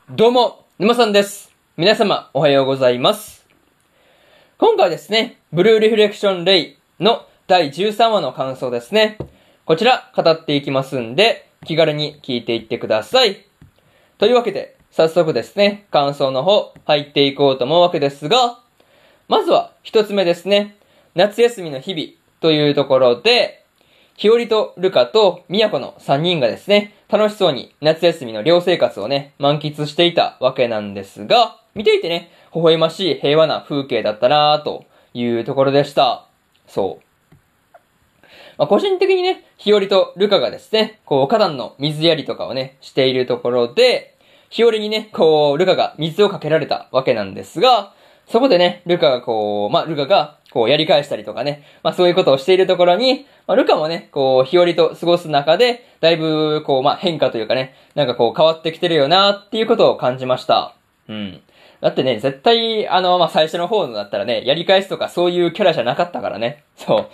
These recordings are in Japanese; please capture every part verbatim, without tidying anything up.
どうも、沼さんです。皆様、おはようございます。今回はですね、ブルーリフレクションレイのだいじゅうさんわの感想ですね。こちら、語っていきますんで、気軽に聞いていってください。というわけで、早速ですね、感想の方、入っていこうと思うわけですが、まずは、一つ目ですね、夏休みの日々というところで、ひよりとルカとミヤコのさんにんがですね、楽しそうに夏休みの寮生活をね、満喫していたわけなんですが、見ていてね、微笑ましい平和な風景だったなぁというところでした。そう。まあ、個人的にね、ひよりとルカがですね、こう、花壇の水やりとかをね、しているところで、ひよりにね、こう、ルカが水をかけられたわけなんですが、そこでね、ルカがこう、まあ、ルカが、こう、やり返したりとかね、まあ、そういうことをしているところに、まあ、ルカもね、こう、ひよりと過ごす中で、だいぶ、こう、まあ、変化というかね、なんかこう、変わってきてるよな、っていうことを感じました。うん。だってね、絶対、あの、まあ、最初の方だったらね、やり返すとかそういうキャラじゃなかったからね。そう。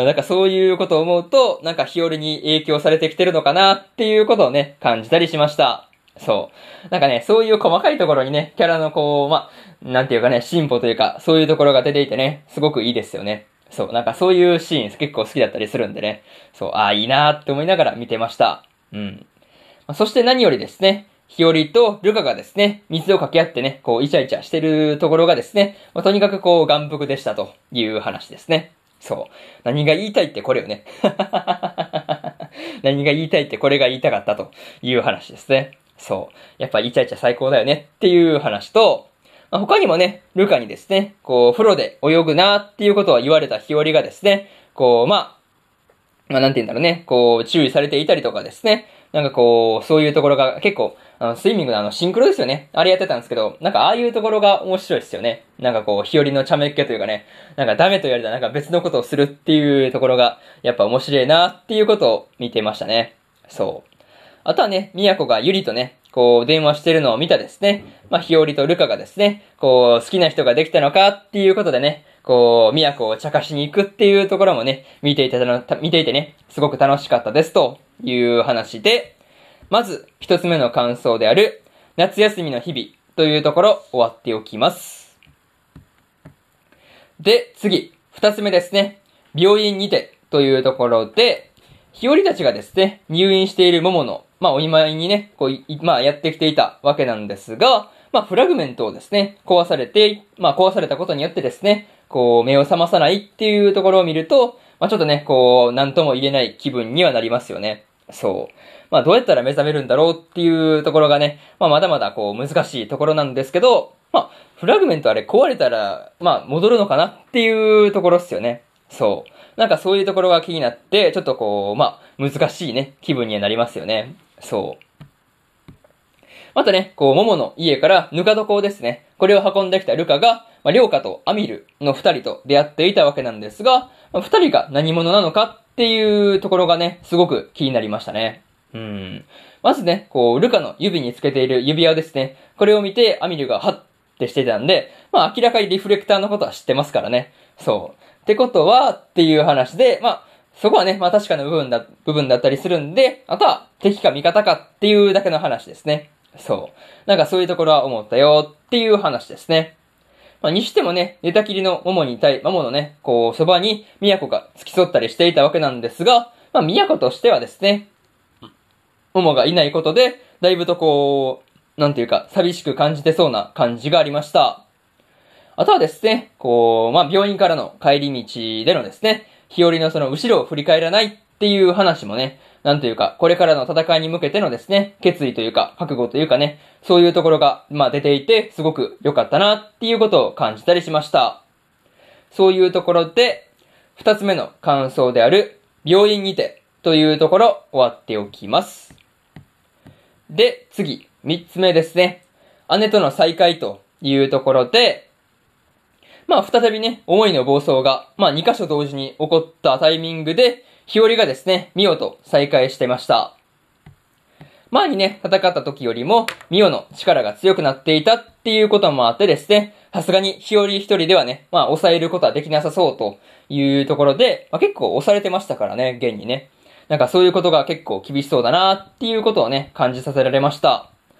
なんかそういうことを思うと、なんか日和に影響されてきてるのかなっていうことをね、感じたりしました。そう。なんかね、そういう細かいところにね、キャラのこう、まあ、なんていうかね、進歩というか、そういうところが出ていてね、すごくいいですよね。そう。なんかそういうシーン結構好きだったりするんでね。そう、ああ、いいなーって思いながら見てました。うん。まあ、そして何よりですね、ひよりとルカがですね、水をかけ合ってね、こう、イチャイチャしてるところがですね、まあ、とにかくこう、眼福でしたという話ですね。そう。何が言いたいってこれよね。何が言いたいってこれが言いたかったという話ですね。そう。やっぱイチャイチャ最高だよねっていう話と、まあ、他にもね、ルカにですね、こう、風呂で泳ぐなっていうことを言われたひよりがですね、こう、まあ、まあ、なんて言うんだろうね、こう、注意されていたりとかですね、なんかこう、そういうところが結構、あの、スイミングのあの、シンクロですよね。あれやってたんですけど、なんかああいうところが面白いですよね。なんかこう、日和の茶目っ気というかね、なんかダメと言われたらなんか別のことをするっていうところが、やっぱ面白いなっていうことを見てましたね。そう。あとはね、みやこがゆりとね、こう、電話してるのを見たですね。まあ、ひよりとルカがですね、こう、好きな人ができたのかっていうことでね、こう、みやこを茶化しに行くっていうところもね、見ていての、見ていてね、すごく楽しかったですという話で、まず、一つ目の感想である、夏休みの日々というところ、終わっておきます。で、次、二つ目ですね。病院にてというところで、ひよりたちがですね、入院している桃の、まあ、お見舞いにね、こう、まあ、やってきていたわけなんですが、まあ、フラグメントをですね、壊されて、まあ、壊されたことによってですね、こう、目を覚まさないっていうところを見ると、まあ、ちょっとね、こう、なんとも言えない気分にはなりますよね。そう。まあ、どうやったら目覚めるんだろうっていうところがね、まあ、まだまだこう、難しいところなんですけど、まあ、フラグメントあれ壊れたら、まあ、戻るのかなっていうところっすよね。そう。なんかそういうところが気になって、ちょっとこう、まあ、難しいね、気分にはなりますよね。そう。またね、こう、桃の家からぬか床ですね。これを運んできたルカが、まあ、リョウカとアミルの二人と出会っていたわけなんですが、まあ、二人が何者なのかっていうところがね、すごく気になりましたね。うん。まずね、こう、ルカの指につけている指輪ですね。これを見て、アミルがハッってしてたんで、まあ明らかにリフレクターのことは知ってますからね。そう。ってことは、っていう話で、まあ、そこはね、まあ確かな部分だ、部分だったりするんで、あとは敵か味方かっていうだけの話ですね。そう。なんかそういうところは思ったよっていう話ですね。まあ、にしてもね、寝たきりの桃に対、桃のね、こう、そばに、都が付き添ったりしていたわけなんですが、まあ、都としてはですね、桃がいないことで、だいぶとこう、なんていうか、寂しく感じてそうな感じがありました。あとはですね、こう、まあ、病院からの帰り道でのですね、日和のその後ろを振り返らないっていう話もね、なんというか、これからの戦いに向けてのですね、決意というか、覚悟というかね、そういうところが、まあ、出ていて、すごく良かったなっていうことを感じたりしました。そういうところで、二つ目の感想である、病院にてというところ、終わっておきます。で、次、三つ目ですね。姉との再会というところで、まあ、再びね、思いの暴走が、まあ、二箇所同時に起こったタイミングで、日和がですね、ミオと再会してました。前にね、戦った時よりも、ミオの力が強くなっていたっていうこともあってですね、さすがに日和一人ではね、まあ、抑えることはできなさそうというところで、まあ、結構押されてましたからね、現にね。なんかそういうことが結構厳しそうだなっていうことをね、感じさせられました。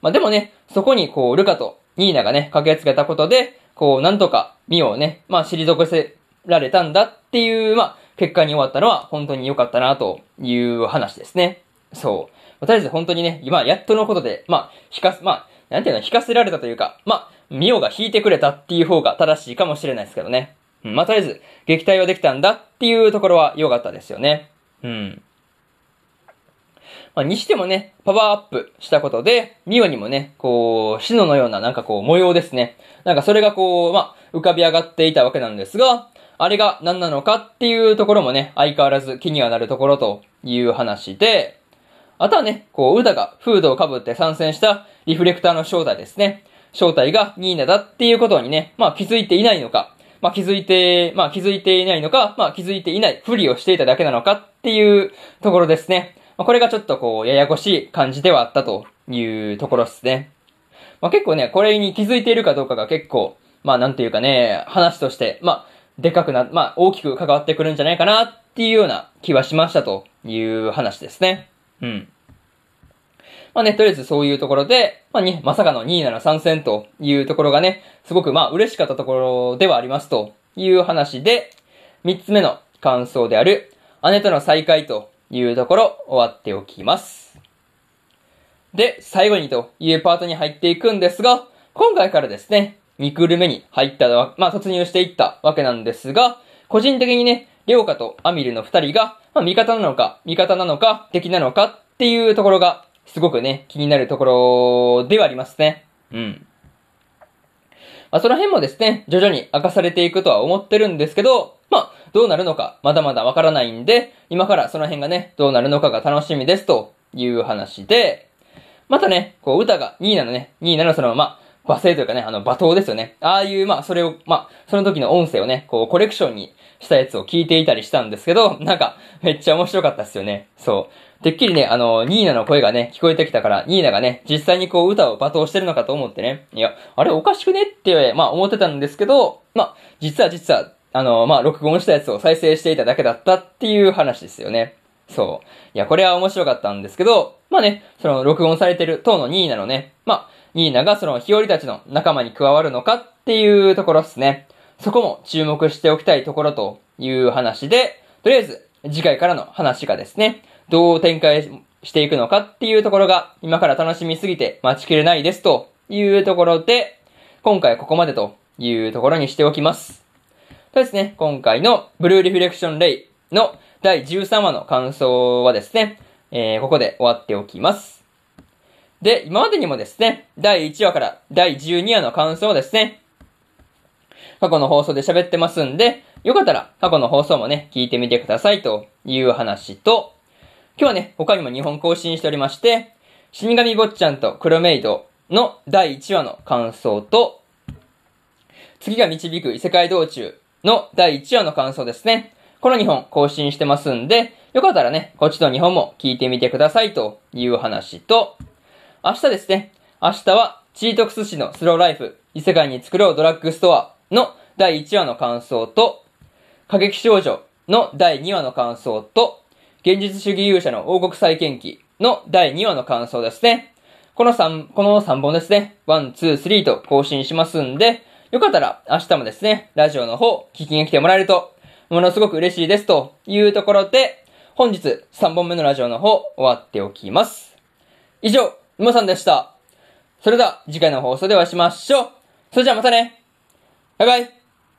まあでもね、そこにこう、ルカとニーナがね、駆けつけたことで、こう、なんとかミオをね、まあ退かせられたんだっていう、まあ、結果に終わったのは本当に良かったなという話ですね。そう。とりあえず本当にね、今、やっとのことで、まあ、引かす、まあ、なんていうの、引かせられたというか、まあ、ミオが引いてくれたっていう方が正しいかもしれないですけどね。うん、まあ、とりあえず、撃退はできたんだっていうところは良かったですよね。うん。まあ、にしてもね、パワーアップしたことで、ミオにもね、こう、シノのようななんかこう、模様ですね。なんかそれがこう、まあ、浮かび上がっていたわけなんですが、あれが何なのかっていうところもね、相変わらず気にはなるところという話で、あとはね、こう、ウダがフードを被って参戦したリフレクターの正体ですね。正体がニーナだっていうことにね、まあ気づいていないのか、まあ気づいて、まあ気づいていないのか、まあ気づいていないふりをしていただけなのかっていうところですね。まあ、これがちょっとこう、ややこしい感じではあったというところですね。まあ結構ね、これに気づいているかどうかが結構、まあなんていうかね、話として、まあ、でかくな、まあ大きく関わってくるんじゃないかなっていうような気はしましたという話ですね。うん。まあね、とりあえずそういうところで、まあに、まさかのニーナの参戦というところがね、すごくまあ嬉しかったところではありますという話で、三つ目の感想である、姉との再会というところ終わっておきます。で、最後にというパートに入っていくんですが、今回からですね、にクール目に入ったわ、まあ突入していったわけなんですが、個人的にね、リョウカとアミルの二人が、まあ味方なのか、味方なのか、敵なのかっていうところが、すごくね、気になるところではありますね。うん。まあその辺もですね、徐々に明かされていくとは思ってるんですけど、まあ、どうなるのか、まだまだわからないんで、今からその辺がね、どうなるのかが楽しみですという話で、またね、こう、歌が、ニーナのね、ニーナのその、まあ、罵声というかね、あの、罵倒ですよね。ああいう、まあ、それを、まあ、その時の音声をね、こう、コレクションにしたやつを聞いていたりしたんですけど、なんか、めっちゃ面白かったっすよね。そう。てっきりね、あの、ニーナの声がね、聞こえてきたから、ニーナがね、実際にこう、歌を罵倒してるのかと思ってね、いや、あれおかしくねって、まあ、思ってたんですけど、まあ、実は実は、あの、まあ、録音したやつを再生していただけだったっていう話ですよね。そう。いや、これは面白かったんですけど、まあね、その録音されてる当のニーナのね、まあ、ニーナがその日和たちの仲間に加わるのかっていうところですね。そこも注目しておきたいところという話で、とりあえず次回からの話がですね、どう展開していくのかっていうところが今から楽しみすぎて待ちきれないですというところで、今回はここまでというところにしておきます。とですね、今回のブルーリフレクションレイのだいじゅうさんわの感想はですね、えー、ここで終わっておきます。で、今までにもですね、だいいちわからだいじゅうにわの感想をですね、過去の放送で喋ってますんで、よかったら過去の放送もね、聞いてみてくださいという話と、今日はね、他にもにほん更新しておりまして、死神坊ちゃんと黒メイドのだいいちわの感想と、次が導く異世界道中のだいいちわの感想ですね。このにほん更新してますんで、よかったらね、こっちのにほんも聞いてみてくださいという話と、明日ですね、明日はチートクス市のスローライフ、異世界に作ろうドラッグストアのだいいちわの感想と、過激少女のだいにわの感想と、現実主義勇者の王国再建記のだいにわの感想ですね。この3、このさんぼんですね、いち、に、さんと更新しますんで、よかったら明日もですね、ラジオの方聞きに来てもらえると、ものすごく嬉しいですというところで、本日さんぼんめのラジオの方終わっておきます。以上、沼さんでした。それでは次回の放送でお会いしましょう。それじゃあまたね。バイバイ。